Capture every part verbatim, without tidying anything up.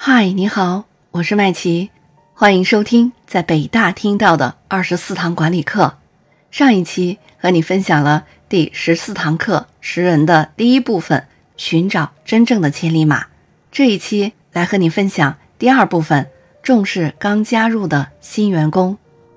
嗨，你好，我是麦琪，欢迎收听在北大听到的二十四堂管理课。上一期和你分享了第十四堂课识人的第一部分，寻找真正的千里马。这一期来和你分享第二部分，重视刚加入的新员工。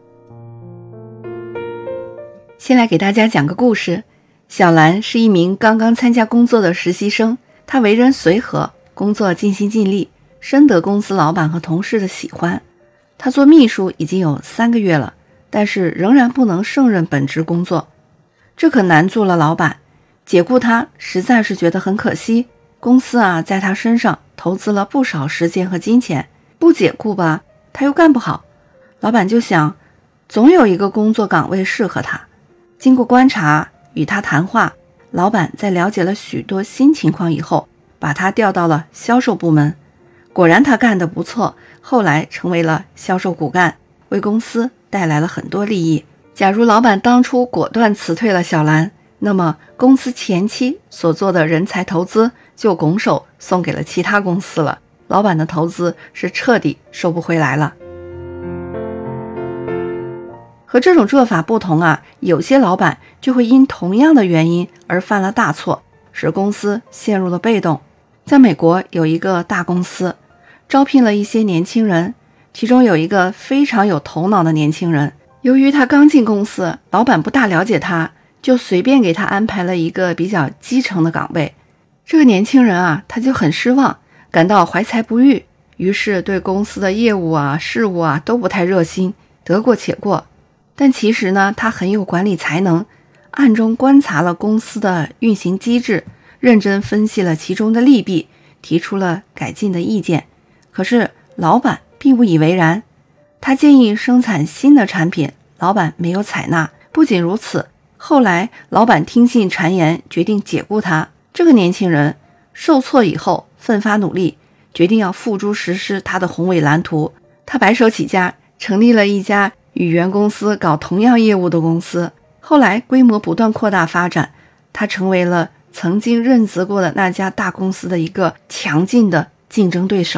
先来给大家讲个故事。小兰是一名刚刚参加工作的实习生，她为人随和，工作尽心尽力，深得公司老板和同事的喜欢。她做秘书已经有三个月了，但是仍然不能胜任本职工作，这可难住了老板。解雇她实在是觉得很可惜，公司啊在她身上投资了不少时间和金钱，不解雇吧她又干不好。老板就想，总有一个工作岗位适合她。经过观察与他谈话，老板在了解了许多新情况以后，把他调到了销售部门。果然他干得不错，后来成为了销售骨干，为公司带来了很多利益。假如老板当初果断辞退了小兰，那么公司前期所做的人才投资就拱手送给了其他公司了，老板的投资是彻底收不回来了。和这种做法不同啊，有些老板就会因同样的原因而犯了大错，使公司陷入了被动。在美国有一个大公司招聘了一些年轻人，其中有一个非常有头脑的年轻人，由于他刚进公司，老板不大了解他，就随便给他安排了一个比较基层的岗位。这个年轻人啊，他就很失望，感到怀才不遇，于是对公司的业务啊、事务啊都不太热心，得过且过。但其实呢，他很有管理才能，暗中观察了公司的运行机制，认真分析了其中的利弊，提出了改进的意见。可是老板并不以为然，他建议生产新的产品，老板没有采纳。不仅如此，后来老板听信谗言，决定解雇他。这个年轻人受挫以后奋发努力，决定要付诸实施他的宏伟蓝图。他白手起家，成立了一家与原公司搞同样业务的公司，后来规模不断扩大发展，他成为了曾经任职过的那家大公司的一个强劲的竞争对手。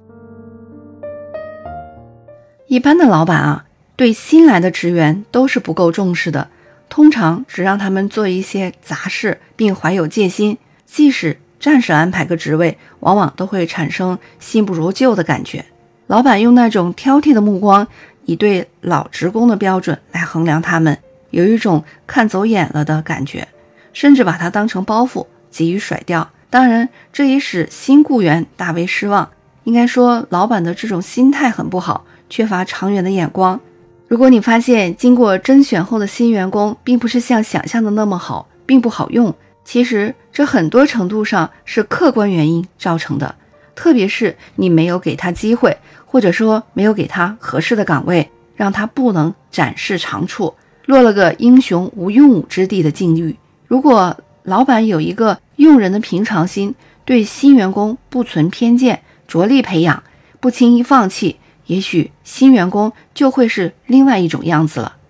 一般的老板啊，对新来的职员都是不够重视的，通常只让他们做一些杂事，并怀有戒心，即使暂时安排个职位，往往都会产生新不如旧的感觉。老板用那种挑剔的目光，以对老职工的标准来衡量他们，有一种看走眼了的感觉，甚至把它当成包袱急于甩掉。当然，这也使新雇员大为失望。应该说，老板的这种心态很不好，缺乏长远的眼光。如果你发现经过甄选后的新员工并不是像想象的那么好，并不好用，其实这很多程度上是客观原因造成的，特别是你没有给他机会，或者说没有给他合适的岗位，让他不能展示长处，落了个英雄无用武之地的境遇。如果老板有一个用人的平常心，对新员工不存偏见，着力培养，不轻易放弃，也许新员工就会是另外一种样子了。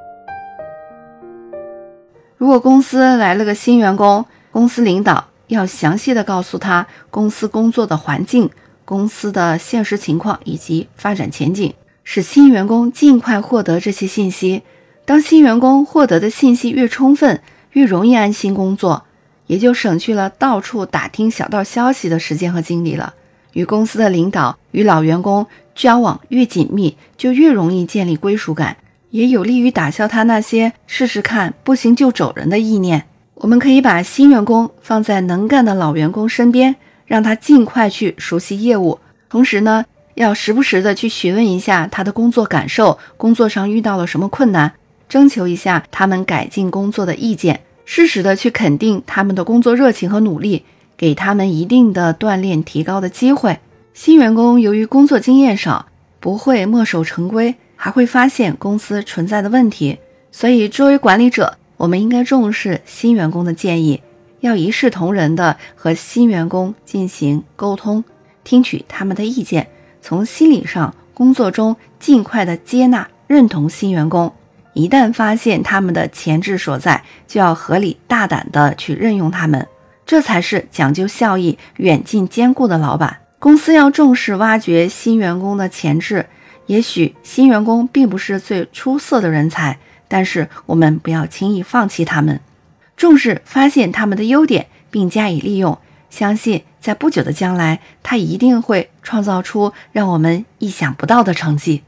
如果公司来了个新员工，公司领导要详细的告诉他公司工作的环境、公司的现实情况以及发展前景，使新员工尽快获得这些信息。当新员工获得的信息越充分，越容易安心工作，也就省去了到处打听小道消息的时间和精力了。与公司的领导与老员工交往越紧密，就越容易建立归属感，也有利于打消他那些试试看不行就走人的意念。我们可以把新员工放在能干的老员工身边，让他尽快去熟悉业务，同时呢，要时不时的去询问一下他的工作感受，工作上遇到了什么困难，征求一下他们改进工作的意见，适时的去肯定他们的工作热情和努力，给他们一定的锻炼提高的机会。新员工由于工作经验少，不会墨守成规，还会发现公司存在的问题，所以作为管理者，我们应该重视新员工的建议，要一视同仁的和新员工进行沟通，听取他们的意见，从心理上、工作中尽快的接纳、认同新员工。一旦发现他们的潜质所在，就要合理大胆的去任用他们，这才是讲究效益、远近兼顾的老板。 公司要重视挖掘新员工的潜质，也许新员工并不是最出色的人才，但是我们不要轻易放弃他们，重视发现他们的优点并加以利用，相信在不久的将来，他一定会创造出让我们意想不到的成绩。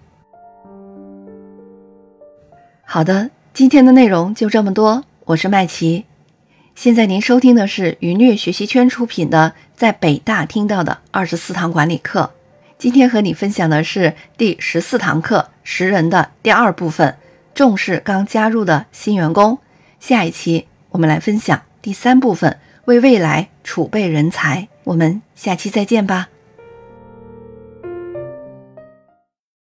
好的，今天的内容就这么多，我是麦琪。现在您收听的是愉悦学习圈出品的在北大听到的二十四堂管理课。今天和你分享的是第十四堂课识人的第二部分，重视刚加入的新员工。下一期我们来分享第三部分，为未来储备人才。我们下期再见吧。